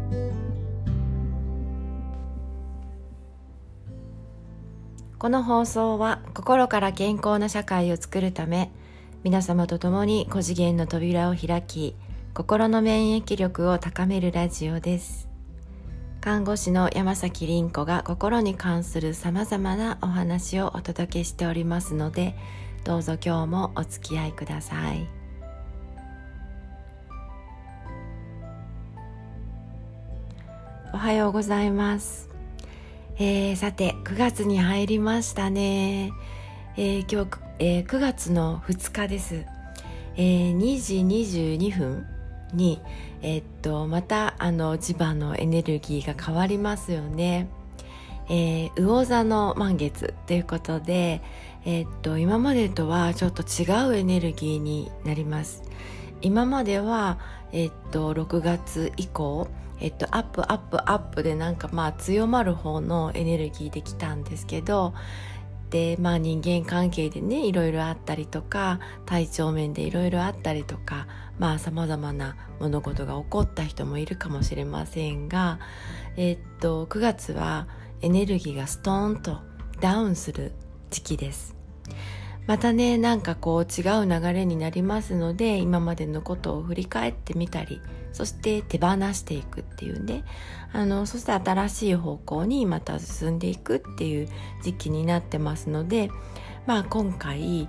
この放送は心から健康な社会を作るため、皆様と共に5次元の扉を開き、心の免疫力を高めるラジオです。看護師の山崎凛子が心に関するさまざまなお話をお届けしておりますので、どうぞ今日もお付き合いください。おはようございます。さて9月に入りましたね。今日、9月の2日です。2時22分に、また磁場のエネルギーが変わりますよね。魚座の満月ということで、今までとはちょっと違うエネルギーになります。今までは、6月以降アップで強まる方のエネルギーできたんですけど、で人間関係でねいろいろあったりとか、体調面でいろいろあったりとか、さまざまな物事が起こった人もいるかもしれませんが、9月はエネルギーがストーンとダウンする時期です。またね違う流れになりますので、今までのことを振り返ってみたり、そして手放していくっていうね、そして新しい方向にまた進んでいくっていう時期になってますので、今回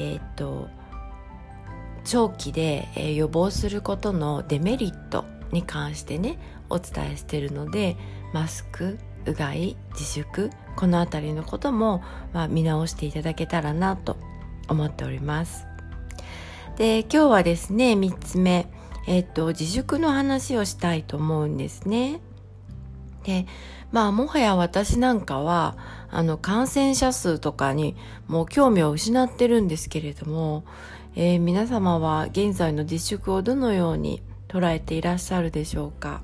長期で予防することのデメリットに関してねお伝えしているので、マスク、うがい、自粛、このあたりのことも見直していただけたらなと思っております。で、今日はですね3つ目、自粛の話をしたいと思うんですね。で、もはや私なんかは感染者数とかにもう興味を失ってるんですけれども、皆様は現在の自粛をどのように捉えていらっしゃるでしょうか。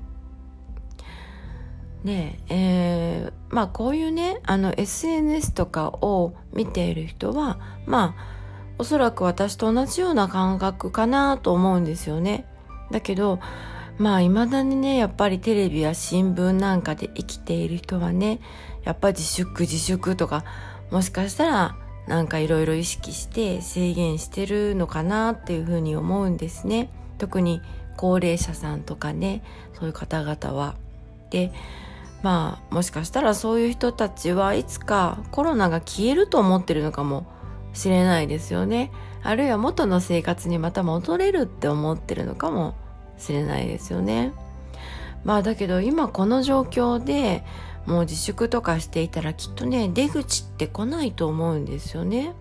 こういうねSNS とかを見ている人はおそらく私と同じような感覚かなと思うんですよね。だけど未だにねやっぱりテレビや新聞なんかで生きている人はね、やっぱり自粛とか、もしかしたらいろいろ意識して制限してるのかなっていうふうに思うんですね。特に高齢者さんとかね、そういう方々は。でもしかしたらそういう人たちはいつかコロナが消えると思ってるのかもしれないですよね。あるいは元の生活にまた戻れるって思ってるのかもしれないですよね。だけど今この状況でもう自粛とかしていたらきっとね出口って来ないと思うんですよね。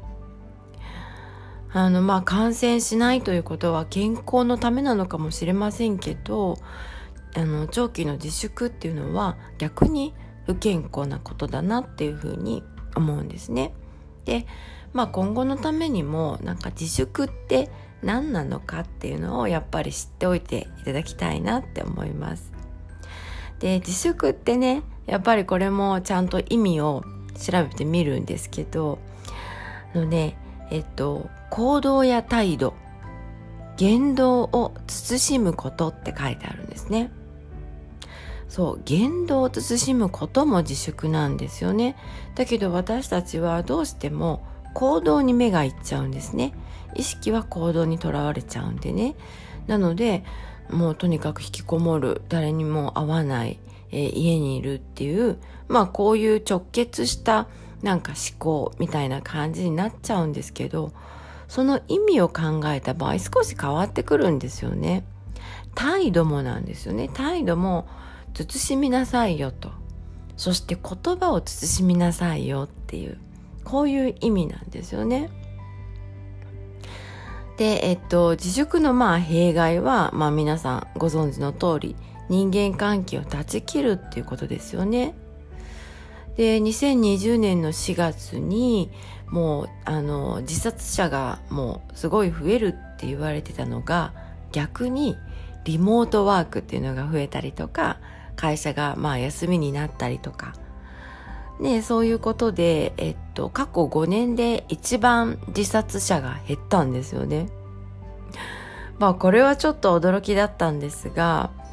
感染しないということは健康のためなのかもしれませんけど、長期の自粛っていうのは逆に不健康なことだなっていうふうに思うんですね。で、今後のためにも自粛って何なのかっていうのをやっぱり知っておいていただきたいなって思います。で、自粛ってねやっぱりこれもちゃんと意味を調べてみるんですけど、行動や態度、言動を慎むことって書いてあるんですね。そう、言動を慎むことも自粛なんですよね。だけど私たちはどうしても行動に目がいっちゃうんですね。意識は行動にとらわれちゃうんでね。なのでもうとにかく引きこもる、誰にも会わない、家にいるっていう、こういう直結した思考みたいな感じになっちゃうんですけど、その意味を考えた場合少し変わってくるんですよね。態度もなんですよね。態度も慎みなさいよと、そして言葉を慎みなさいよっていう、こういう意味なんですよね。で、自粛の弊害は皆さんご存知の通り、人間関係を断ち切るっていうことですよね。で、2020年の4月にもう自殺者がもうすごい増えるって言われてたのが、逆にリモートワークっていうのが増えたりとか、会社が休みになったりとかね、そういうことで、過去5年で一番自殺者が減ったんですよね。これはちょっと驚きだったんですが、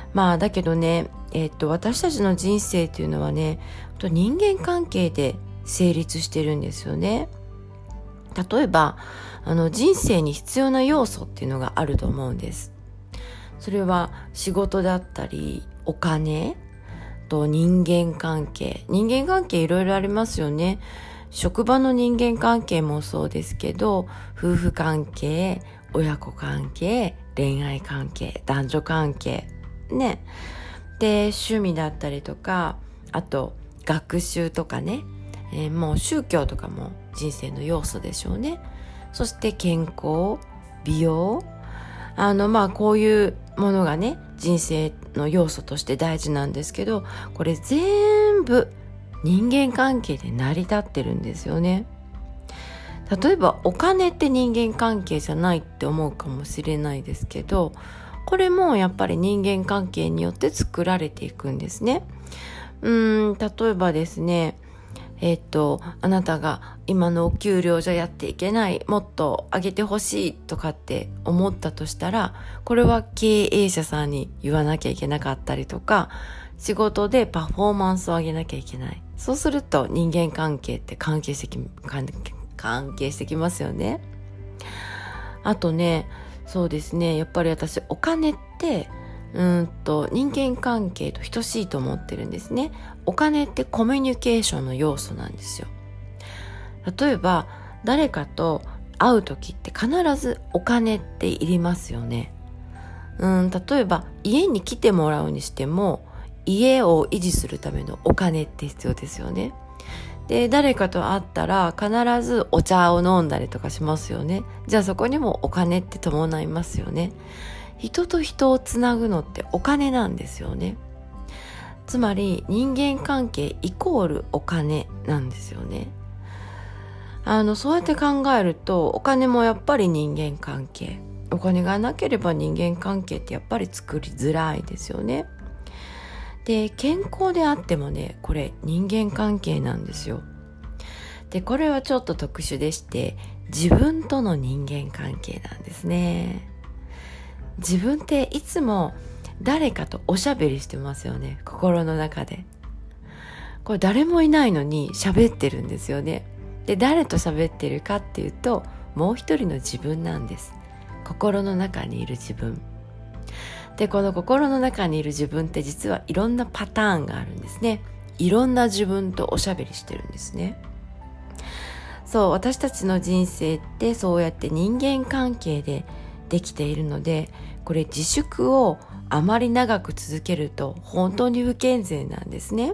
だけどね、私たちの人生っていうのはね、人間関係で成立してるんですよね。例えば人生に必要な要素っていうのがあると思うんです。それは仕事だったりお金と人間関係いろいろありますよね。職場の人間関係もそうですけど、夫婦関係、親子関係、恋愛関係、男女関係ね。で、趣味だったりとか、あと学習とかね、もう宗教とかも人生の要素でしょうね。そして健康、美容、こういうものがね、人生の要素として大事なんですけど、これ全部人間関係で成り立ってるんですよね。例えばお金って人間関係じゃないって思うかもしれないですけど、これもやっぱり人間関係によって作られていくんですね。例えばですね、あなたが今のお給料じゃやっていけない、もっと上げてほしいとかって思ったとしたら、これは経営者さんに言わなきゃいけなかったりとか、仕事でパフォーマンスを上げなきゃいけない。そうすると人間関係って関係してきますよね。あとね、そうですね、やっぱり私お金って人間関係と等しいと思ってるんですね。お金ってコミュニケーションの要素なんですよ。例えば誰かと会う時って必ずお金っていりますよね。例えば家に来てもらうにしても、家を維持するためのお金って必要ですよね。で、誰かと会ったら必ずお茶を飲んだりとかしますよね。じゃあそこにもお金って伴いますよね。人と人をつなぐのってお金なんですよね。つまり人間関係イコールお金なんですよね。そうやって考えると、お金もやっぱり人間関係。お金がなければ人間関係ってやっぱり作りづらいですよね。で、健康であってもね、これ人間関係なんですよ。で、これはちょっと特殊でして、自分との人間関係なんですね。自分っていつも誰かとおしゃべりしてますよね、心の中で。これ誰もいないのに喋ってるんですよね。で、誰と喋ってるかっていうと、もう一人の自分なんです。心の中にいる自分で、この心の中にいる自分って実はいろんなパターンがあるんですね。いろんな自分とおしゃべりしてるんですね。そう、私たちの人生ってそうやって人間関係でできているので、これ自粛をあまり長く続けると本当に不健全なんですね。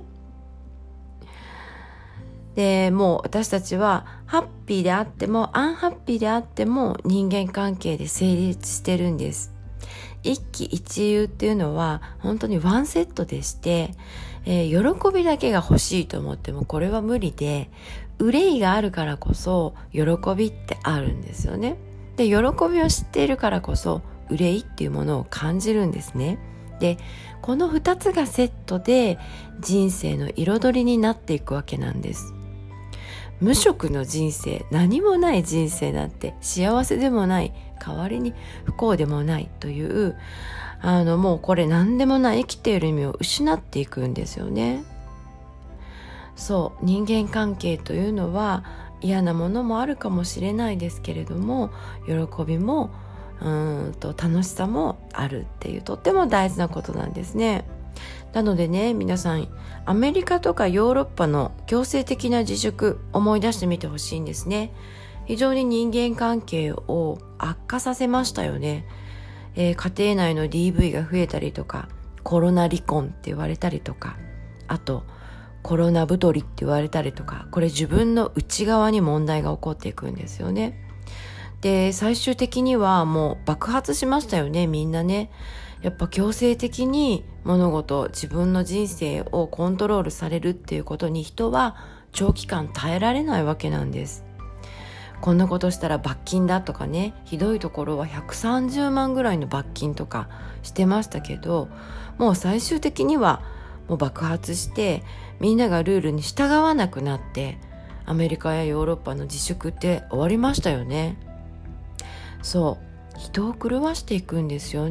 で、もう私たちはハッピーであってもアンハッピーであっても人間関係で成立してるんです。一喜一憂っていうのは本当にワンセットでして、喜びだけが欲しいと思ってもこれは無理で、憂いがあるからこそ喜びってあるんですよね。で、喜びを知っているからこそ憂いっていうものを感じるんですね。で、この2つがセットで人生の彩りになっていくわけなんです。無職の人生、何もない人生なんて幸せでもない、代わりに不幸でもないという、もうこれ何でもない生きている意味を失っていくんですよね。そう、人間関係というのは嫌なものもあるかもしれないですけれども、喜びも楽しさもあるっていう、とっても大事なことなんですね。なのでね、皆さんアメリカとかヨーロッパの強制的な自粛思い出してみてほしいんですね。非常に人間関係を悪化させましたよね。家庭内の DV が増えたりとか、コロナ離婚って言われたりとか、あとコロナ太りって言われたりとか、これ自分の内側に問題が起こっていくんですよね。で、最終的にはもう爆発しましたよね、みんなね。やっぱ強制的に物事、自分の人生をコントロールされるっていうことに人は長期間耐えられないわけなんです。こんなことしたら罰金だとかね、ひどいところは130万ぐらいの罰金とかしてましたけど、もう最終的にはもう爆発して、みんながルールに従わなくなって、アメリカやヨーロッパの自粛って終わりましたよね。そう、人を狂わしていくんですよね、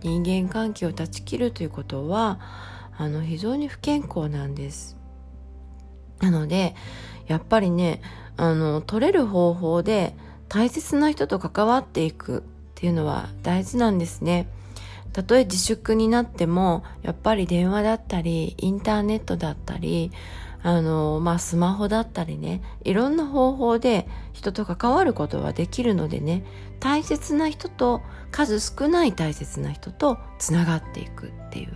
人間関係を断ち切るということは非常に不健康なんです。なのでやっぱりね取れる方法で大切な人と関わっていくっていうのは大事なんですね。たとえ自粛になってもやっぱり電話だったりインターネットだったりスマホだったりね、いろんな方法で人と関わることはできるのでね、大切な人と数少ない大切な人とつながっていくっていう。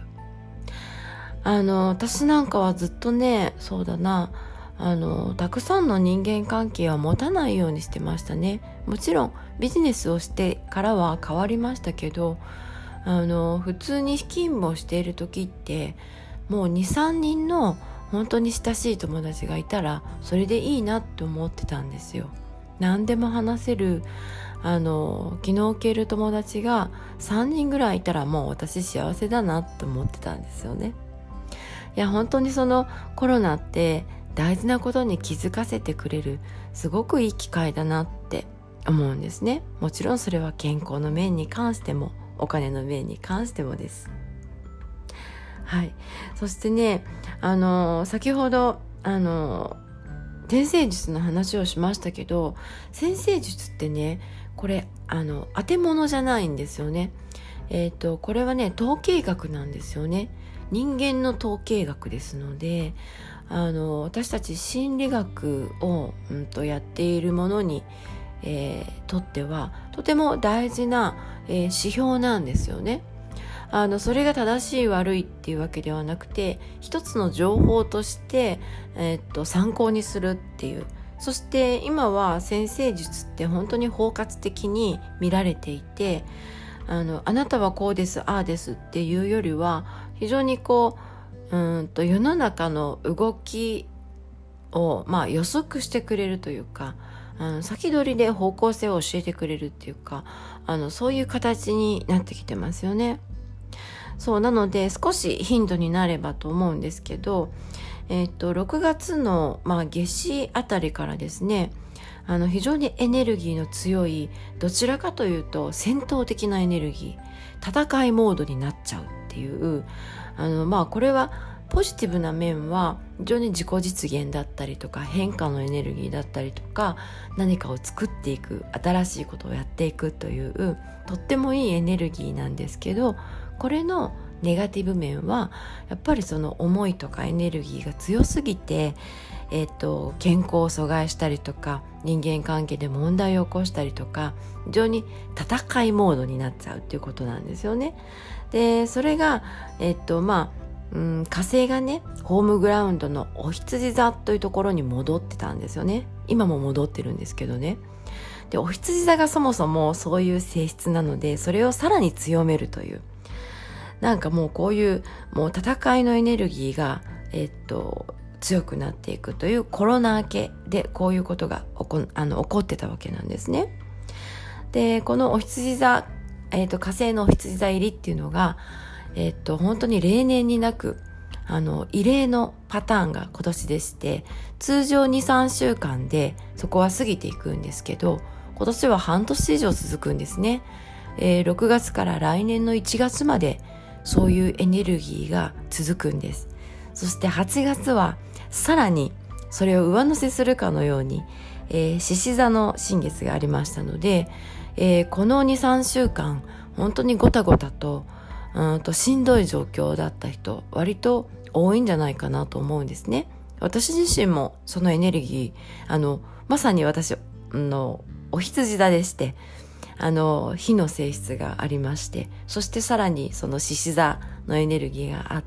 私なんかはずっとね、そうだな、たくさんの人間関係は持たないようにしてましたね。もちろんビジネスをしてからは変わりましたけど、普通に勤務をしている時ってもう 2,3 人の本当に親しい友達がいたらそれでいいなって思ってたんですよ。何でも話せる気の置ける友達が3人ぐらいいたらもう私幸せだなって思ってたんですよね。いや本当にそのコロナって大事なことに気づかせてくれるすごくいい機会だなって思うんですね。もちろんそれは健康の面に関してもお金の面に関してもです。はい。そしてね、先ほど天星術の話をしましたけど、占星術ってね、これ当て物じゃないんですよね。これはね統計学なんですよね。人間の統計学ですので、私たち心理学を、やっているものに、とってはとても大事な、指標なんですよね。それが正しい悪いっていうわけではなくて、一つの情報として、参考にするっていう。そして今は占星術って本当に包括的に見られていて、あなたはこうですああですっていうよりは非常にこう世の中の動きを、予測してくれるというか、先取りで方向性を教えてくれるっていうか、そういう形になってきてますよね。そうなので少し頻度になればと思うんですけど、6月の、夏至あたりからですね、非常にエネルギーの強い、どちらかというと戦闘的なエネルギー、戦いモードになっちゃうっていう、これはポジティブな面は非常に自己実現だったりとか変化のエネルギーだったりとか、何かを作っていく、新しいことをやっていくというとってもいいエネルギーなんですけど、これのネガティブ面はやっぱりその思いとかエネルギーが強すぎて、健康を阻害したりとか、人間関係で問題を起こしたりとか、非常に戦いモードになっちゃうっていうことなんですよね。でそれが火星がねホームグラウンドのお羊座というところに戻ってたんですよね。今も戻ってるんですけどね。でお羊座がそもそもそういう性質なので、それをさらに強めるという、なんかもうこういうもう戦いのエネルギーが強くなっていくというコロナ明けでこういうことが起こってたわけなんですね。でこのお羊座、火星のお羊座入りっていうのが本当に例年になく異例のパターンが今年でして、通常 2,3 週間でそこは過ぎていくんですけど、今年は半年以上続くんですね。6月から来年の1月までそういうエネルギーが続くんです。そして8月はさらにそれを上乗せするかのように、獅子座の新月がありましたので、この 2,3 週間本当にごたごたとしんどい状況だった人割と多いんじゃないかなと思うんですね。私自身もそのエネルギーまさに私のお羊座でして、火の性質がありまして、そしてさらにその獅子座のエネルギーがあって、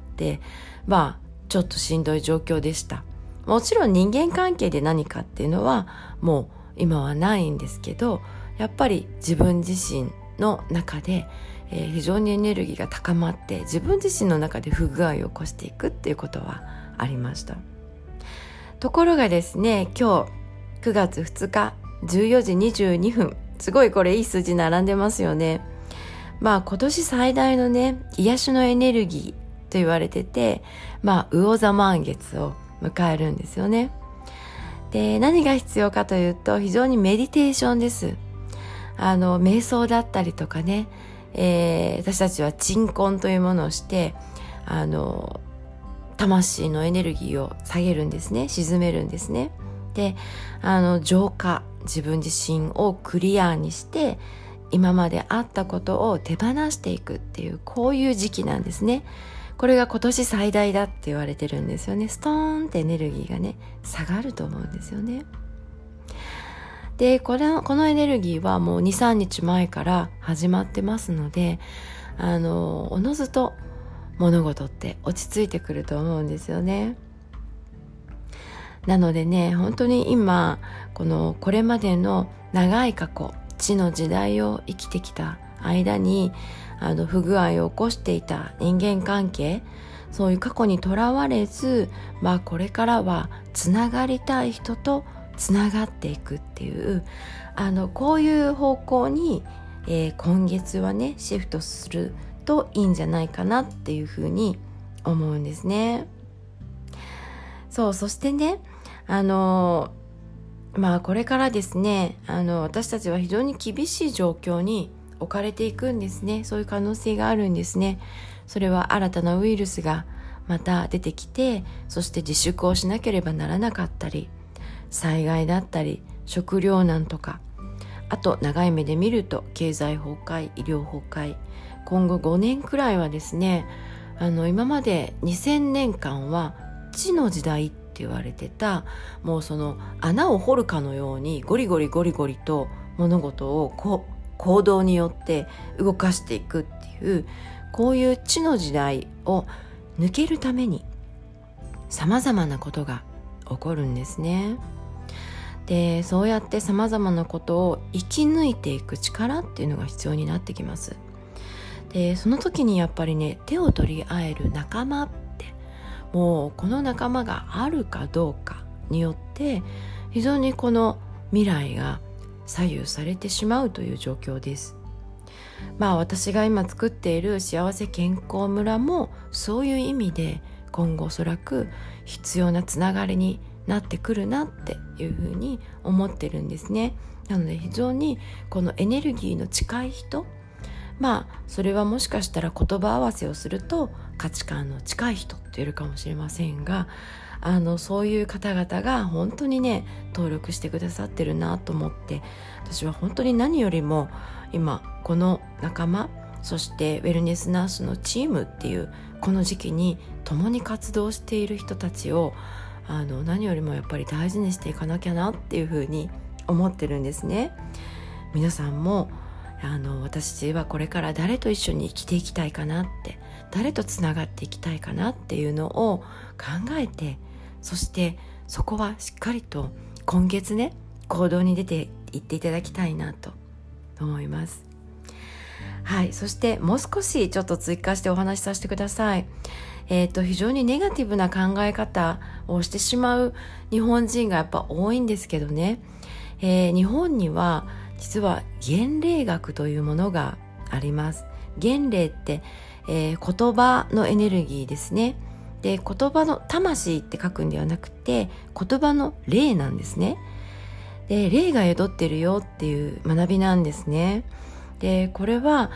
ちょっとしんどい状況でした。もちろん人間関係で何かっていうのはもう今はないんですけど、やっぱり自分自身の中で、非常にエネルギーが高まって自分自身の中で不具合を起こしていくっていうことはありました。ところがですね、今日9月2日14時22分、すごいこれいい数字並んでますよね。今年最大のね癒しのエネルギーと言われてて、魚座満月を迎えるんですよね。で何が必要かというと、非常にメディテーションです。瞑想だったりとかね、 私たちは鎮魂というものをして魂のエネルギーを下げるんですね、沈めるんですね。で浄化、自分自身をクリアにして今まであったことを手放していくっていう、こういう時期なんですね。これが今年最大だって言われてるんですよね。ストーンってエネルギーがね下がると思うんですよね。でこのエネルギーはもう 2,3 日前から始まってますので、おのずと物事って落ち着いてくると思うんですよね。なのでね、本当に今これまでの長い過去、地の時代を生きてきた間に不具合を起こしていた人間関係、そういう過去にとらわれず、これからはつながりたい人とつながっていくっていうこういう方向に、今月はねシフトするといいんじゃないかなっていうふうに思うんですね。そしてねこれからですね私たちは非常に厳しい状況に置かれていくんですね。そういう可能性があるんですね。それは新たなウイルスがまた出てきて、そして自粛をしなければならなかったり、災害だったり食糧難とか、あと長い目で見ると経済崩壊、医療崩壊、今後5年くらいはですね今まで2000年間は地の時代って言われてた、もうその穴を掘るかのようにゴリゴリと物事を行動によって動かしていくっていう、こういう地の時代を抜けるために様々なことが起こるんですね。でそうやって様々なことを生き抜いていく力っていうのが必要になってきます。でその時にやっぱりね、手を取り合える仲間って、もうこの仲間があるかどうかによって非常にこの未来が左右されてしまうという状況です。私が今作っている幸せ健康村もそういう意味で今後おそらく必要なつながりになってくるなっていうふうに思ってるんですね。なので非常にこのエネルギーの近い人、それはもしかしたら言葉合わせをすると価値観の近い人って言えるかもしれませんが、そういう方々が本当にね登録してくださってるなと思って、私は本当に何よりも今この仲間、そしてウェルネスナースのチームっていうこの時期に共に活動している人たちを何よりもやっぱり大事にしていかなきゃなっていうふうに思ってるんですね。皆さんも私はこれから誰と一緒に生きていきたいかなって、誰とつながっていきたいかなっていうのを考えて、そしてそこはしっかりと今月ね行動に出ていっていただきたいなと思います。はい、そしてもう少しちょっと追加してお話しさせてください。非常にネガティブな考え方をしてしまう日本人がやっぱ多いんですけどね、日本には実は言霊学というものがあります。言霊って、言葉のエネルギーですね。で言葉の魂って書くんではなくて言葉の霊なんですね。で霊が宿ってるよっていう学びなんですね。でこれは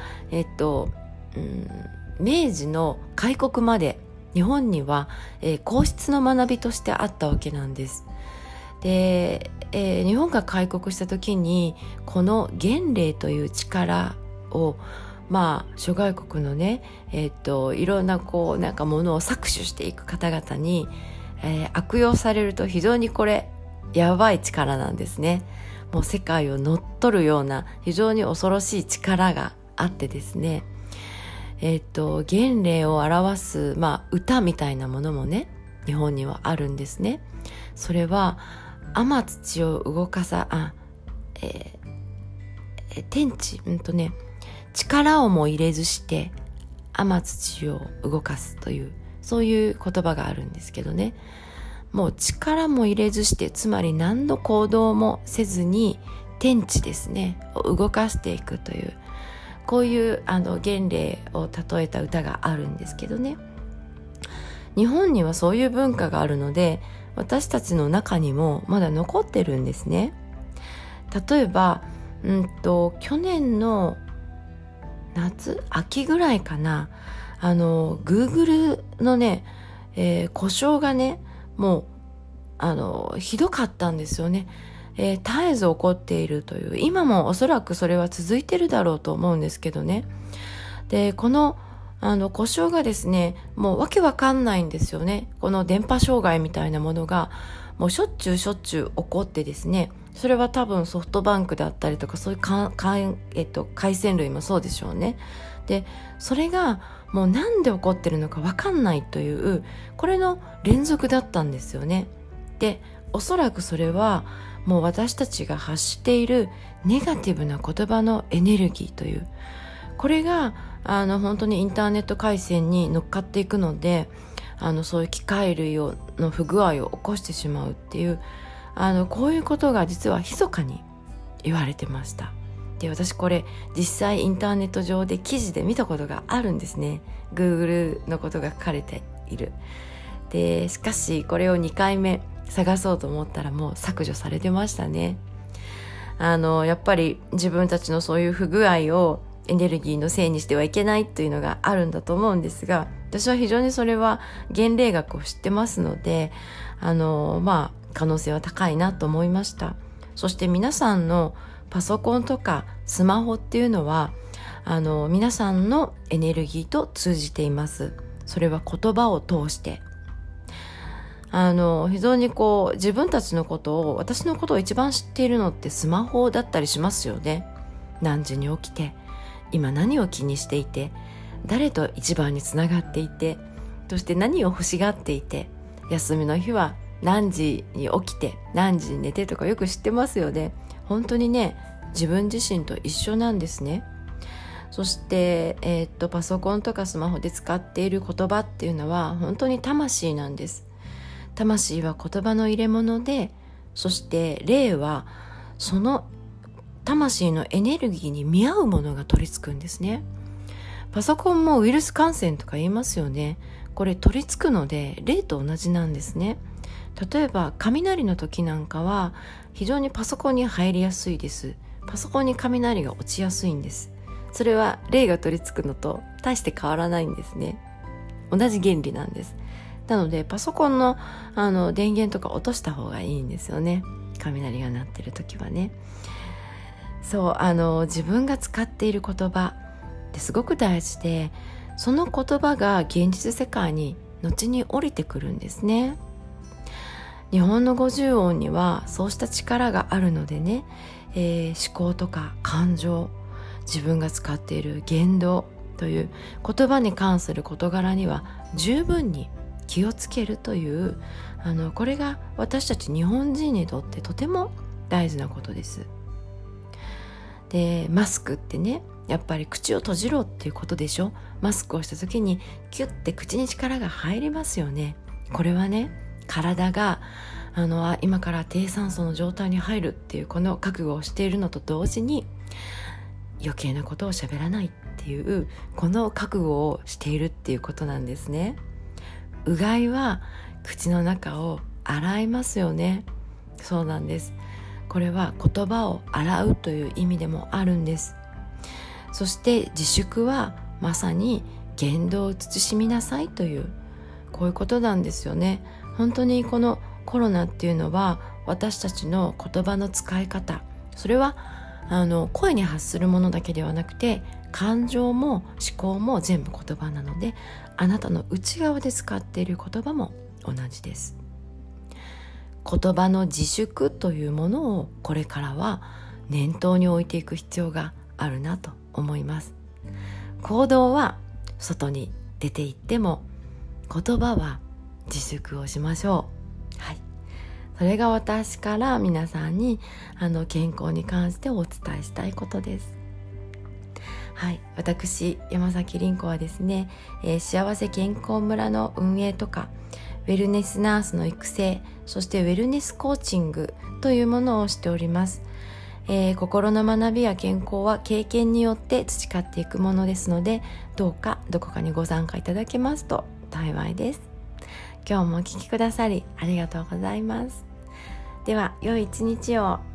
明治の開国まで日本には、皇室の学びとしてあったわけなんです。で、日本が開国した時にこの言霊という力を諸外国のね、いろんなものを搾取していく方々に、悪用されると非常にこれやばい力なんですね。もう世界を乗っ取るような非常に恐ろしい力があってですね、言霊を表す、歌みたいなものもね日本にはあるんですね。それは天地を動か天地力をも入れずして天地を動かすという、そういう言葉があるんですけどね、もう力も入れずして、つまり何の行動もせずに天地ですねを動かしていくという、こういう言霊を例えた歌があるんですけどね、日本にはそういう文化があるので私たちの中にもまだ残ってるんですね。例えば去年の秋ぐらいかな、Google のね、故障がねもうひどかったんですよね。絶えず起こっているという、今もおそらくそれは続いてるだろうと思うんですけどね。でこの故障がですね、もうわけわかんないんですよね。この電波障害みたいなものがもうしょっちゅう起こってですね、それは多分ソフトバンクだったりとか、そういう回線類もそうでしょうね。でそれがもうなんで起こってるのかわかんないという、これの連続だったんですよね。でおそらくそれはもう私たちが発しているネガティブな言葉のエネルギーという、これが本当にインターネット回線に乗っかっていくので、そういう機械類の不具合を起こしてしまうっていう、こういうことが実は密かに言われてました。で私これ実際インターネット上で記事で見たことがあるんですね。 Google のことが書かれている。でしかしこれを2回目探そうと思ったらもう削除されてましたね。やっぱり自分たちのそういう不具合をエネルギーのせいにしてはいけないというのがあるんだと思うんですが、私は非常にそれは原例学を知ってますので、可能性は高いなと思いました。そして皆さんのパソコンとかスマホっていうのは皆さんのエネルギーと通じています。それは言葉を通して非常に自分たちのことを、私のことを一番知っているのってスマホだったりしますよね。何時に起きて、今何を気にしていて、誰と一番につながっていて、そして何を欲しがっていて、休みの日は何時に起きて何時に寝てとかよく知ってますよね。本当にね、自分自身と一緒なんですね。そして、パソコンとかスマホで使っている言葉っていうのは本当に魂なんです。魂は言葉の入れ物で、そして霊はその魂のエネルギーに見合うものが取り付くんですね。パソコンもウイルス感染とか言いますよね。これ取り付くので霊と同じなんですね。例えば雷の時なんかは非常にパソコンに入りやすいです。パソコンに雷が落ちやすいんです。それは霊が取り付くのと大して変わらないんですね。同じ原理なんです。なのでパソコンの電源とか落とした方がいいんですよね。雷が鳴ってる時はね。そう自分が使っている言葉ってすごく大事で、その言葉が現実世界に後に降りてくるんですね。日本の50音にはそうした力があるのでね、思考とか感情、自分が使っている言動という言葉に関する事柄には十分に気をつけるというこれが私たち日本人にとってとても大事なことです。でマスクってね、やっぱり口を閉じろっていうことでしょ。マスクをした時にキュッて口に力が入りますよね。これはね、体が今から低酸素の状態に入るっていうこの覚悟をしているのと同時に、余計なことを喋らないっていうこの覚悟をしているっていうことなんですね。うがいは口の中を洗いますよね。そうなんです。これは言葉を洗うという意味でもあるんです。そして自粛はまさに言動を慎みなさいというこういうことなんですよね。本当にこのコロナっていうのは私たちの言葉の使い方、それは声に発するものだけではなくて感情も思考も全部言葉なので、あなたの内側で使っている言葉も同じです。言葉の自粛というものをこれからは念頭に置いていく必要があるなと思います。行動は外に出て行っても言葉は自粛をしましょう。はい、それが私から皆さんに健康に関してお伝えしたいことです。はい、私山崎凛子はですね、幸せ健康村の運営とかウェルネスナースの育成、そしてウェルネスコーチングというものをしております。心の学びや健康は経験によって培っていくものですので、どうかどこかにご参加いただけますと幸いです。今日もお聞きくださりありがとうございます。では良い一日を。